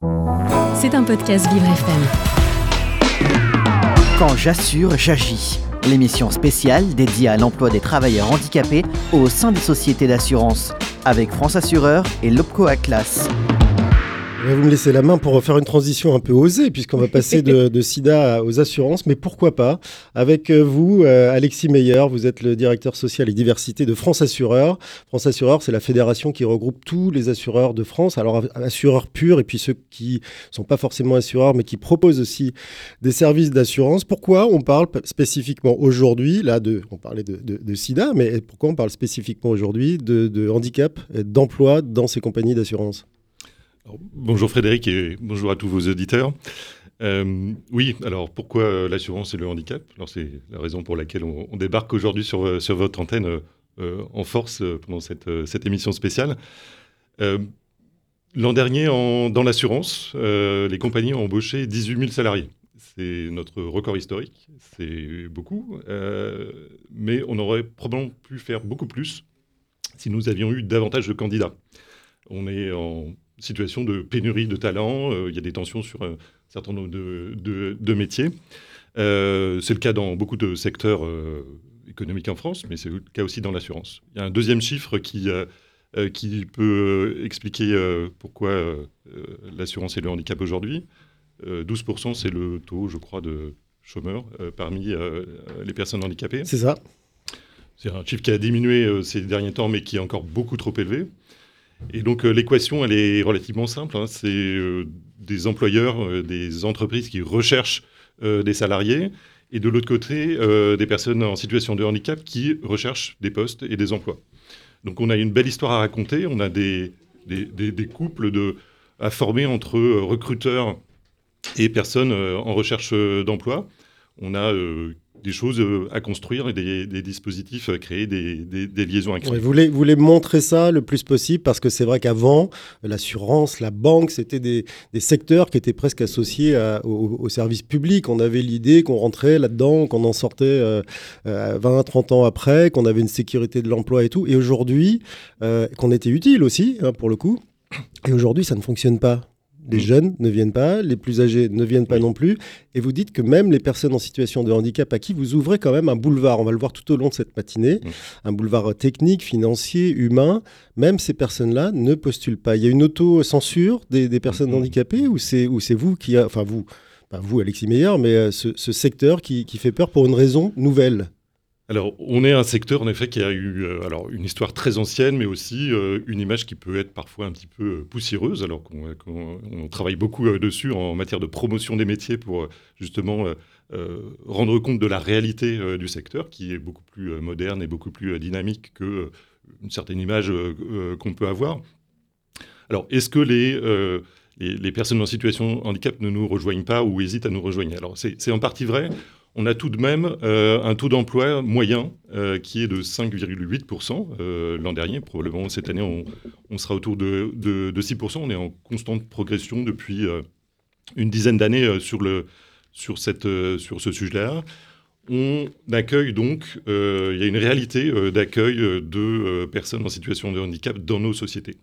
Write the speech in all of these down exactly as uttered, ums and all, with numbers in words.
C'est un podcast Vivre F M. Quand j'assure, j'agis. L'émission spéciale dédiée à l'emploi des travailleurs handicapés au sein des sociétés d'assurance, avec France Assureur et Lopco Atlas. Vous me laissez la main pour faire une transition un peu osée, puisqu'on va passer de, de SIDA aux assurances, mais pourquoi pas. Avec vous, euh, Alexis Meyer, vous êtes le directeur social et diversité de France Assureur. France Assureur, c'est la fédération qui regroupe tous les assureurs de France, alors assureurs purs et puis ceux qui ne sont pas forcément assureurs, mais qui proposent aussi des services d'assurance. Pourquoi on parle spécifiquement aujourd'hui, là, de, on parlait de, de, de SIDA, mais pourquoi on parle spécifiquement aujourd'hui de, de handicap, d'emploi dans ces compagnies d'assurance ? Alors, bonjour Frédéric et bonjour à tous vos auditeurs. Euh, oui, alors pourquoi l'assurance et le handicap ? Alors c'est la raison pour laquelle on, on débarque aujourd'hui sur, sur votre antenne euh, en force pendant cette, cette émission spéciale. Euh, l'an dernier, en, dans l'assurance, euh, les compagnies ont embauché dix-huit mille salariés. C'est notre record historique, c'est beaucoup, euh, mais on aurait probablement pu faire beaucoup plus si nous avions eu davantage de candidats. On est en situation de pénurie de talents, euh, il y a des tensions sur un certain nombre de, de, de métiers. Euh, c'est le cas dans beaucoup de secteurs euh, économiques en France, mais c'est le cas aussi dans l'assurance. Il y a un deuxième chiffre qui, euh, euh, qui peut expliquer euh, pourquoi euh, l'assurance et le handicap aujourd'hui. Euh, douze pour cent, c'est le taux, je crois, de chômeurs euh, parmi euh, les personnes handicapées. C'est ça. C'est un chiffre qui a diminué euh, ces derniers temps, mais qui est encore beaucoup trop élevé. Et donc euh, l'équation, elle est relativement simple. Hein. C'est euh, des employeurs, euh, des entreprises qui recherchent euh, des salariés, et de l'autre côté, euh, des personnes en situation de handicap qui recherchent des postes et des emplois. Donc on a une belle histoire à raconter. On a des, des, des, des couples de, à former entre euh, recruteurs et personnes euh, en recherche euh, d'emploi. On a euh, des choses euh, à construire et des, des dispositifs à créer, des, des, des liaisons à créer. Ouais, vous, voulez, vous voulez montrer ça le plus possible, parce que c'est vrai qu'avant, l'assurance, la banque, c'était des, des secteurs qui étaient presque associés à, au, au service public. On avait l'idée qu'on rentrait là-dedans, qu'on en sortait euh, euh, vingt, trente ans après, qu'on avait une sécurité de l'emploi et tout. Et aujourd'hui, euh, qu'on était utile aussi, hein, pour le coup. Et aujourd'hui, ça ne fonctionne pas. Les jeunes ne viennent pas, les plus âgés ne viennent pas oui. non plus. Et vous dites que même les personnes en situation de handicap à qui vous ouvrez quand même un boulevard, on va le voir tout au long de cette matinée, oui. un boulevard technique, financier, humain, même ces personnes-là ne postulent pas. Il y a une auto-censure des, des personnes oui. handicapées ou c'est, ou c'est vous qui... A, enfin vous, pas vous Alexis Meyer, mais ce, ce secteur qui, qui fait peur pour une raison nouvelle ? Alors, on est un secteur, en effet, qui a eu euh, alors, une histoire très ancienne, mais aussi euh, une image qui peut être parfois un petit peu euh, poussiéreuse, alors qu'on, qu'on on travaille beaucoup euh, dessus en matière de promotion des métiers pour euh, justement euh, euh, rendre compte de la réalité euh, du secteur, qui est beaucoup plus euh, moderne et beaucoup plus euh, dynamique qu'une euh, certaine image euh, euh, qu'on peut avoir. Alors, est-ce que les, euh, les, les personnes en situation de handicap ne nous rejoignent pas ou hésitent à nous rejoindre ? Alors, c'est, c'est en partie vrai. On a tout de même euh, un taux d'emploi moyen euh, qui est de cinq virgule huit pour cent euh, l'an dernier. Probablement cette année, on, on sera autour de, de, de six pour cent. On est en constante progression depuis euh, une dizaine d'années euh, sur, le, sur, cette, euh, sur ce sujet-là. On accueille donc, euh, il y a une réalité euh, d'accueil de euh, personnes en situation de handicap dans nos sociétés.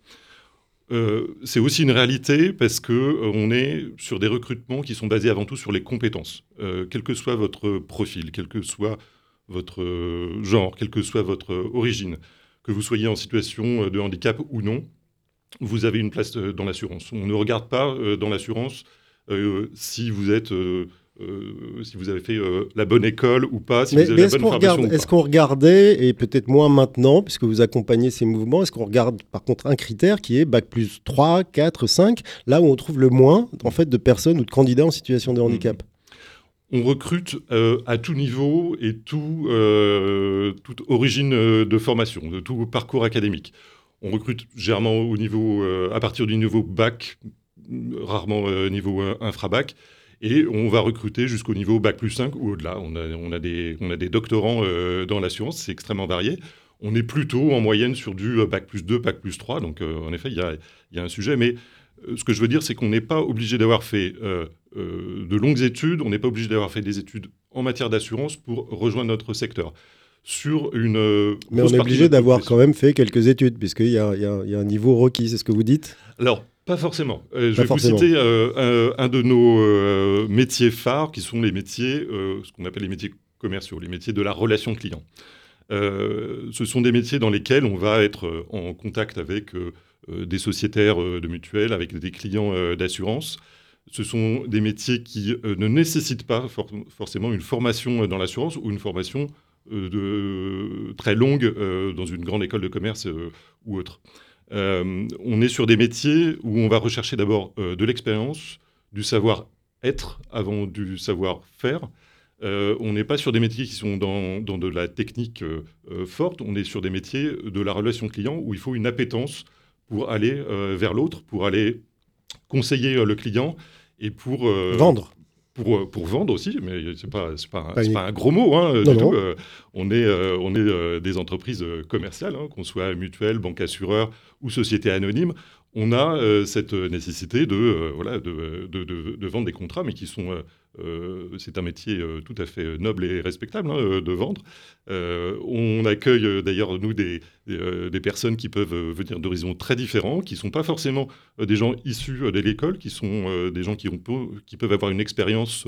Euh, c'est aussi une réalité parce qu'on euh, est sur des recrutements qui sont basés avant tout sur les compétences. Euh, quel que soit votre profil, quel que soit votre euh, genre, quelle que soit votre euh, origine, que vous soyez en situation de handicap ou non, vous avez une place euh, dans l'assurance. On ne regarde pas euh, dans l'assurance euh, si vous êtes... Euh, Euh, si vous avez fait euh, la bonne école ou pas, si mais, vous avez mais la bonne formation regarde, ou pas. Est-ce qu'on regardait, et peut-être moins maintenant, puisque vous accompagnez ces mouvements, est-ce qu'on regarde par contre un critère qui est bac plus trois, quatre, cinq, là où on trouve le moins en fait, de personnes ou de candidats en situation de handicap ? Mmh. On recrute euh, à tout niveau et tout, euh, toute origine de formation, de tout parcours académique. On recrute généralement au niveau, euh, à partir du niveau bac, rarement euh, niveau euh, infra-bac. Et on va recruter jusqu'au niveau bac plus cinq ou au-delà. On a, on a, des, on a des doctorants euh, dans l'assurance, c'est extrêmement varié. On est plutôt en moyenne sur du bac plus deux, bac plus trois. Donc euh, en effet, il y a, y a un sujet. Mais euh, ce que je veux dire, c'est qu'on n'est pas obligé d'avoir fait euh, euh, de longues études. On n'est pas obligé d'avoir fait des études en matière d'assurance pour rejoindre notre secteur. Sur une, euh, Mais on est obligé d'avoir quand même fait quelques études, puisqu'il y a, y a, y a un niveau requis, c'est ce que vous dites ? Alors, Pas forcément. Euh, je Pas vais forcément. vous citer euh, un, un de nos euh, métiers phares, qui sont les métiers, euh, ce qu'on appelle les métiers commerciaux, les métiers de la relation client. Euh, ce sont des métiers dans lesquels on va être en contact avec euh, des sociétaires euh, de mutuelles, avec des clients euh, d'assurance. Ce sont des métiers qui euh, ne nécessitent pas for- forcément une formation dans l'assurance ou une formation euh, de, très longue euh, dans une grande école de commerce euh, ou autre. Euh, on est sur des métiers où on va rechercher d'abord euh, de l'expérience, du savoir-être avant du savoir-faire. Euh, on n'est pas sur des métiers qui sont dans, dans de la technique euh, euh, forte, on est sur des métiers de la relation client où il faut une appétence pour aller euh, vers l'autre, pour aller conseiller euh, le client et pour... euh, Vendre. Pour, pour vendre aussi, mais ce n'est pas, c'est pas, un- Pas c'est une- pas un gros mot hein, Non, du non. tout. Euh, on est, euh, on est euh, des entreprises euh, commerciales, hein, qu'on soit mutuelle, banque assureur ou société anonyme. On a euh, cette nécessité de, euh, voilà, de, de, de, de vendre des contrats, mais qui sont... euh, euh, c'est un métier euh, tout à fait noble et respectable hein, euh, de vendre. Euh, on accueille euh, d'ailleurs, nous, des, des, euh, des personnes qui peuvent euh, venir d'horizons très différents, qui ne sont pas forcément euh, des gens issus euh, de l'école, qui sont euh, des gens qui, ont, qui peuvent avoir une expérience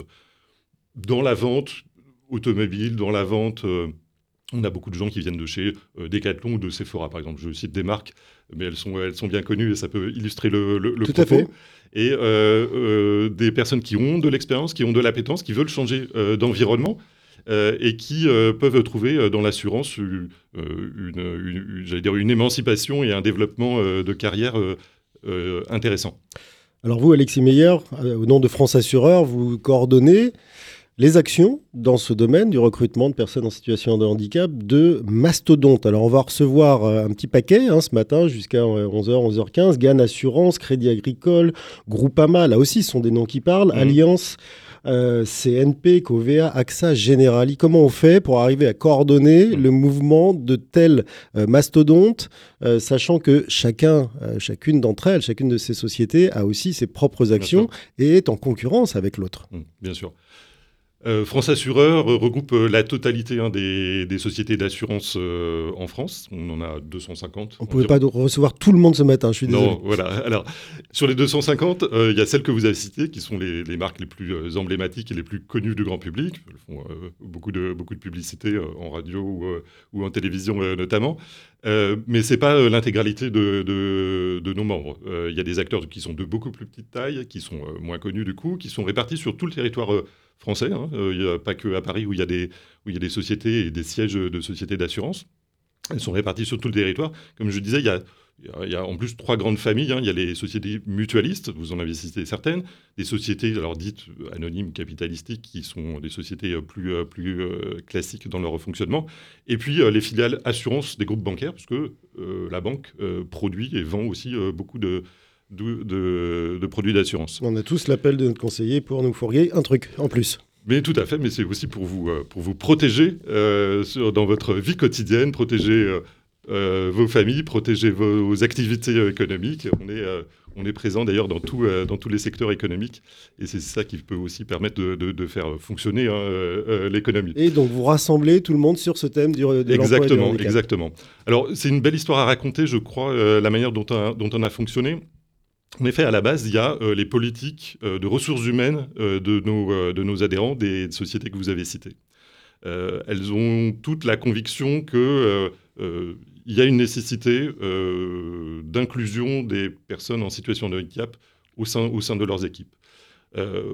dans la vente automobile, dans la vente... euh, on a beaucoup de gens qui viennent de chez euh, Decathlon ou de Sephora, par exemple. Je cite des marques, mais elles sont, elles sont bien connues et ça peut illustrer le, le, le Tout à propos. fait. Et euh, euh, des personnes qui ont de l'expérience, qui ont de l'appétence, qui veulent changer euh, d'environnement euh, et qui euh, peuvent trouver euh, dans l'assurance euh, une, une, une, j'allais dire une émancipation et un développement euh, de carrière euh, euh, intéressant. Alors vous, Alexis Meyer, euh, au nom de France Assureur, vous coordonnez les actions dans ce domaine du recrutement de personnes en situation de handicap de mastodontes. Alors on va recevoir euh, un petit paquet hein, ce matin jusqu'à onze heures, onze heures quinze. Gann Assurance, Crédit Agricole, Groupama, là aussi ce sont des noms qui parlent. Mmh. Alliance, euh, C N P, Covea, AXA, Generali. Comment on fait pour arriver à coordonner mmh. le mouvement de tels euh, mastodontes, euh, sachant que chacun, euh, chacune d'entre elles, chacune de ces sociétés a aussi ses propres actions et est en concurrence avec l'autre. Mmh, bien sûr. Euh, France Assureur euh, regroupe euh, la totalité hein, des, des sociétés d'assurance euh, en France. On en a deux cent cinquante. On ne pouvait pas recevoir tout le monde ce matin, je suis désolé. Non, voilà. Alors, sur les deux cent cinquante, il euh, y a celles que vous avez citées, qui sont les, les marques les plus euh, emblématiques et les plus connues du grand public. Elles font euh, beaucoup, de, beaucoup de publicité euh, en radio ou, euh, ou en télévision euh, notamment. Euh, mais ce n'est pas euh, l'intégralité de, de, de nos membres. Il euh, y a des acteurs qui sont de beaucoup plus petite taille, qui sont euh, moins connus du coup, qui sont répartis sur tout le territoire euh, français. Il hein. n'y a pas qu'à Paris où il y, y a des sociétés et des sièges de sociétés d'assurance. Elles sont réparties sur tout le territoire. Comme je disais, il y a, il y a en plus trois grandes familles. Hein. Il y a les sociétés mutualistes, vous en avez cité certaines, des sociétés alors dites anonymes, capitalistiques, qui sont des sociétés plus, plus euh, classiques dans leur fonctionnement. Et puis euh, les filiales assurances des groupes bancaires, puisque euh, la banque euh, produit et vend aussi euh, beaucoup de... De, de, de produits d'assurance. On a tous l'appel de notre conseiller pour nous fourguer un truc en plus. Mais tout à fait, mais c'est aussi pour vous, euh, pour vous protéger euh, sur, dans votre vie quotidienne, protéger euh, euh, vos familles, protéger vos activités euh, économiques. On est, euh, on est présent d'ailleurs dans, tout, euh, dans tous les secteurs économiques et c'est ça qui peut aussi permettre de, de, de faire fonctionner hein, euh, l'économie. Et donc vous rassemblez tout le monde sur ce thème du, de l'emploi et du handicap. Exactement, exactement. Alors c'est une belle histoire à raconter, je crois, euh, la manière dont on, dont on a fonctionné. En effet, à la base, il y a euh, les politiques euh, de ressources humaines euh, de, nos, euh, de nos adhérents des sociétés que vous avez citées. Euh, elles ont toute la conviction qu'il euh, euh, y a une nécessité euh, d'inclusion des personnes en situation de handicap au sein, au sein de leurs équipes. Euh,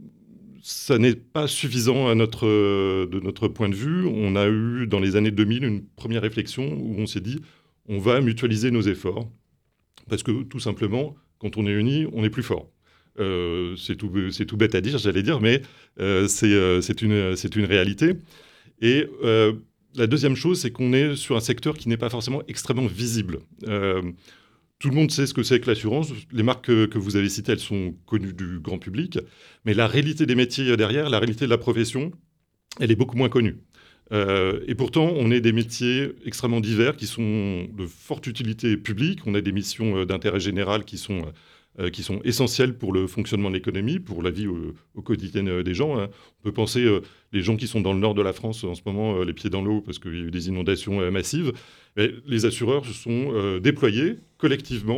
ça n'est pas suffisant à notre, euh, de notre point de vue. On a eu, dans les années deux mille, une première réflexion où on s'est dit on va mutualiser nos efforts parce que, tout simplement, quand on est unis, on est plus fort. Euh, c'est, tout, c'est tout bête à dire, j'allais dire, mais euh, c'est, euh, c'est, une, c'est une réalité. Et euh, la deuxième chose, c'est qu'on est sur un secteur qui n'est pas forcément extrêmement visible. Euh, tout le monde sait ce que c'est que l'assurance. Les marques que, que vous avez citées, elles sont connues du grand public. Mais la réalité des métiers derrière, la réalité de la profession, elle est beaucoup moins connue. Euh, et pourtant, on est des métiers extrêmement divers qui sont de forte utilité publique. On a des missions d'intérêt général qui sont, euh, qui sont essentielles pour le fonctionnement de l'économie, pour la vie au, au quotidien des gens. Hein. On peut penser euh, les gens qui sont dans le nord de la France en ce moment, euh, les pieds dans l'eau parce qu'il y a eu des inondations euh, massives. Mais les assureurs se sont euh, déployés collectivement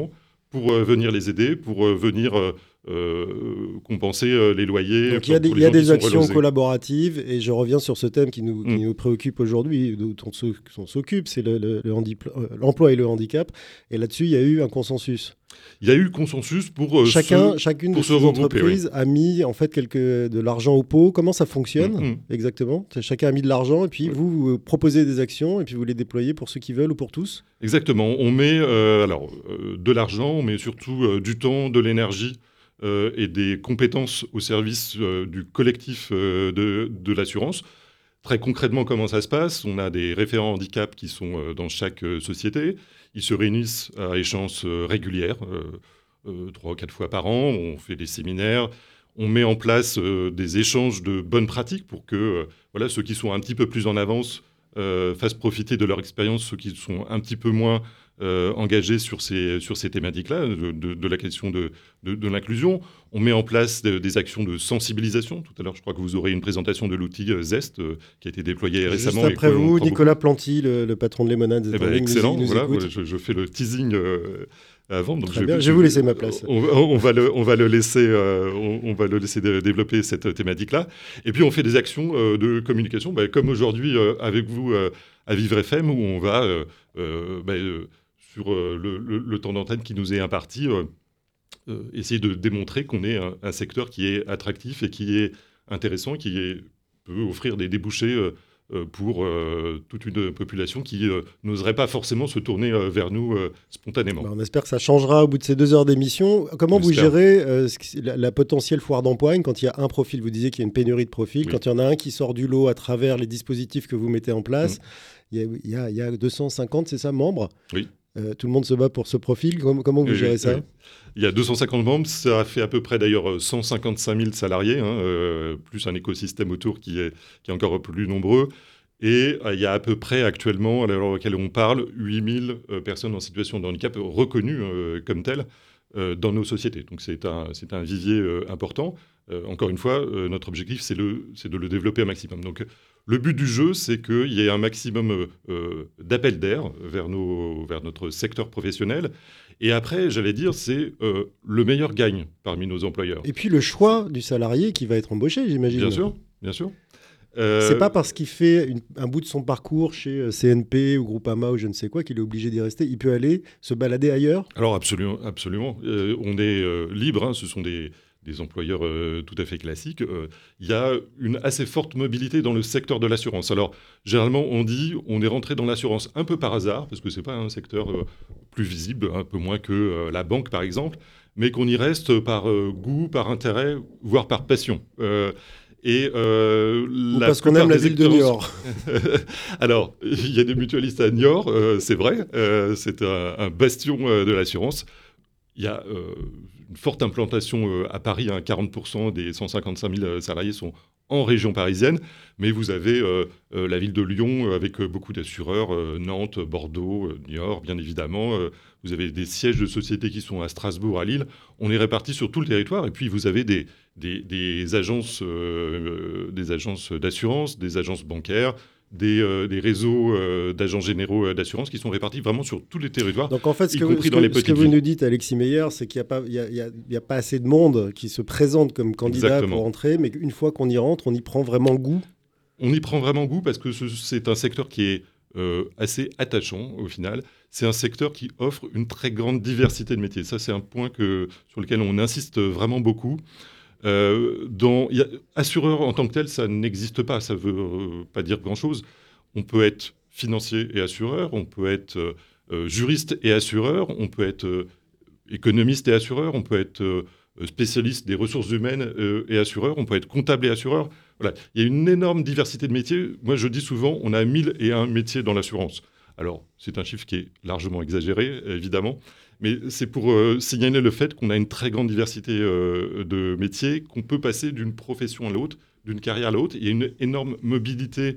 pour euh, venir les aider, pour euh, venir euh, euh, compenser euh, les loyers. Donc il y a des, il y a des actions collaboratives, et je reviens sur ce thème qui nous, qui mmh. nous préoccupe aujourd'hui, dont on s'occupe, c'est le, le, le handip- l'emploi et le handicap. Et là-dessus, il y a eu un consensus. Il y a eu consensus pour euh, Chacun, se, chacune pour de ces entreprises oui. a mis en fait quelque, de l'argent au pot. Comment ça fonctionne mmh. exactement ? Chacun a mis de l'argent et puis oui. vous, vous proposez des actions et puis vous les déployez pour ceux qui veulent ou pour tous ? Exactement. On met euh, alors, euh, de l'argent, on met surtout euh, du temps, de l'énergie euh, et des compétences au service euh, du collectif euh, de, de l'assurance. Très concrètement, comment ça se passe ? On a des référents handicap qui sont euh, dans chaque euh, société. Ils se réunissent à échéances euh, régulières, euh, euh, trois ou quatre fois par an. On fait des séminaires. On met en place euh, des échanges de bonnes pratiques pour que euh, voilà, ceux qui sont un petit peu plus en avance euh, fassent profiter de leur expérience, ceux qui sont un petit peu moins euh, engagés sur ces, sur ces thématiques-là, de, de, de la question de, de, de l'inclusion. On met en place de, des actions de sensibilisation. Tout à l'heure, je crois que vous aurez une présentation de l'outil euh, Zest euh, qui a été déployé Juste récemment. Juste après vous, Nicolas beaucoup... Planty, le, le patron de Lemonade. Eh ben, excellent, nous, nous voilà, voilà je, je fais le teasing euh, avant. Donc Très je, bien, je, je vais vous laisser ma place. On, on, va, le, on, va, le laisser, euh, on, on va le laisser dé- développer cette thématique-là. Et puis on fait des actions euh, de communication, bah, comme aujourd'hui euh, avec vous euh, à Vivre F M, où on va, euh, euh, bah, euh, sur euh, le, le, le temps d'antenne qui nous est imparti, euh, euh, essayer de démontrer qu'on est un, un secteur qui est attractif et qui est intéressant, qui est, peut offrir des débouchés euh, pour euh, toute une population qui euh, n'oserait pas forcément se tourner euh, vers nous euh, spontanément. Ben, on espère que ça changera au bout de ces deux heures d'émission. Comment vous gérez euh, la, la potentielle foire d'empoigne quand il y a un profil ? Vous disiez qu'il y a une pénurie de profils. Oui. Quand il y en a un qui sort du lot à travers les dispositifs que vous mettez en place, mmh. il, y a, il, y a, il y a deux cent cinquante, c'est ça, membres ? Oui. Euh, tout le monde se bat pour ce profil. Comment, comment vous oui, gérez ça ? oui. Il y a deux cent cinquante membres, ça fait à peu près d'ailleurs cent cinquante-cinq mille salariés, hein, euh, plus un écosystème autour qui est, qui est encore plus nombreux. Et euh, il y a à peu près actuellement, à l'heure auquel on parle, huit mille euh, personnes en situation de handicap reconnues euh, comme telles euh, dans nos sociétés. Donc c'est un, c'est un vivier euh, important. Euh, encore une fois, euh, notre objectif, c'est, le, c'est de le développer un maximum. Donc le but du jeu, c'est qu'il y ait un maximum euh, d'appels d'air vers, nos, vers notre secteur professionnel. Et après, j'allais dire, c'est euh, le meilleur gagne parmi nos employeurs. Et puis le choix du salarié qui va être embauché, j'imagine. Bien sûr, bien sûr. Euh... C'est pas parce qu'il fait une, un bout de son parcours chez C N P ou Groupama ou je ne sais quoi qu'il est obligé d'y rester. Il peut aller se balader ailleurs ? Alors absolument, absolument. Euh, on est euh, libre, hein, ce sont des, des employeurs euh, tout à fait classiques. Il euh, y a une assez forte mobilité dans le secteur de l'assurance. Alors généralement on dit on est rentré dans l'assurance un peu par hasard, parce que c'est pas un secteur euh, plus visible, un peu moins que euh, la banque par exemple, mais qu'on y reste par euh, goût, par intérêt, voire par passion. Euh, Et euh, Ou parce qu'on aime la ville de Niort. Alors, il y a des mutualistes à Niort, euh, c'est vrai. Euh, c'est un, un bastion euh, de l'assurance. Il y a euh, une forte implantation euh, à Paris. Hein, quarante pour cent des cent cinquante-cinq mille salariés sont en région parisienne. Mais vous avez euh, euh, la ville de Lyon euh, avec euh, beaucoup d'assureurs, euh, Nantes, Bordeaux, euh, Niort, bien évidemment. Euh, vous avez des sièges de sociétés qui sont à Strasbourg, à Lille. On est répartis sur tout le territoire. Et puis, vous avez des, des, des, agences, euh, des agences d'assurance, des agences bancaires, des, euh, des réseaux euh, d'agents généraux d'assurance qui sont répartis vraiment sur tous les territoires. Donc, en fait, ce que, vous, ce que, ce que vous nous dites, Alexis Meyer, c'est qu'il n'y a, a, a, a pas assez de monde qui se présente comme candidat Exactement. Pour entrer, mais une fois qu'on y rentre, on y prend vraiment goût. On y prend vraiment goût parce que ce, c'est un secteur qui est euh, assez attachant au final. C'est un secteur qui offre une très grande diversité de métiers. Ça, c'est un point que, sur lequel on insiste vraiment beaucoup. Euh, dans, y a, assureur en tant que tel, ça n'existe pas. Ça ne veut euh, pas dire grand-chose. On peut être financier et assureur, on peut être euh, juriste et assureur, on peut être euh, économiste et assureur, on peut être euh, spécialiste des ressources humaines euh, et assureur, on peut être comptable et assureur. Voilà. Il y a une énorme diversité de métiers. Moi, je dis souvent, on a mille et un métiers dans l'assurance. Alors, c'est un chiffre qui est largement exagéré, évidemment, mais c'est pour euh, signaler le fait qu'on a une très grande diversité euh, de métiers, qu'on peut passer d'une profession à l'autre, d'une carrière à l'autre. Il y a une énorme mobilité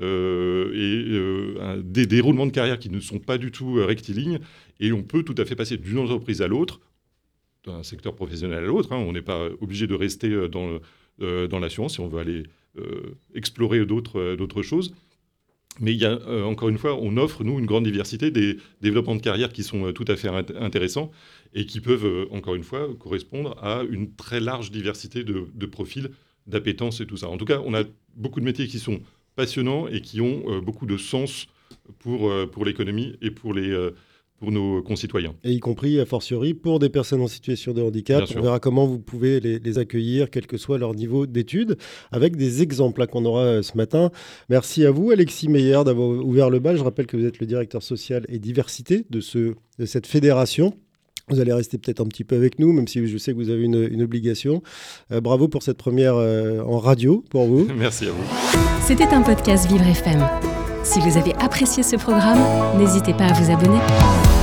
euh, et euh, un, des déroulements de carrière qui ne sont pas du tout euh, rectilignes, et on peut tout à fait passer d'une entreprise à l'autre, d'un secteur professionnel à l'autre. Hein. On n'est pas obligé de rester dans, euh, dans l'assurance si on veut aller euh, explorer d'autres, euh, d'autres choses. Mais il y a, euh, encore une fois, on offre, nous, une grande diversité, des développements de carrière qui sont euh, tout à fait int- intéressants et qui peuvent, euh, encore une fois, correspondre à une très large diversité de, de profils, d'appétences et tout ça. En tout cas, on a beaucoup de métiers qui sont passionnants et qui ont euh, beaucoup de sens pour, euh, pour l'économie et pour les... Euh, pour nos concitoyens. Et y compris, a fortiori, pour des personnes en situation de handicap. Bien sûr. On verra comment vous pouvez les, les accueillir, quel que soit leur niveau d'études, avec des exemples là, qu'on aura euh, ce matin. Merci à vous, Alexis Meyer, d'avoir ouvert le bal. Je rappelle que vous êtes le directeur social et diversité de, ce, de cette fédération. Vous allez rester peut-être un petit peu avec nous, même si je sais que vous avez une, une obligation. Euh, bravo pour cette première euh, en radio, pour vous. Merci à vous. C'était un podcast Vivre F M. Si vous avez apprécié ce programme, n'hésitez pas à vous abonner.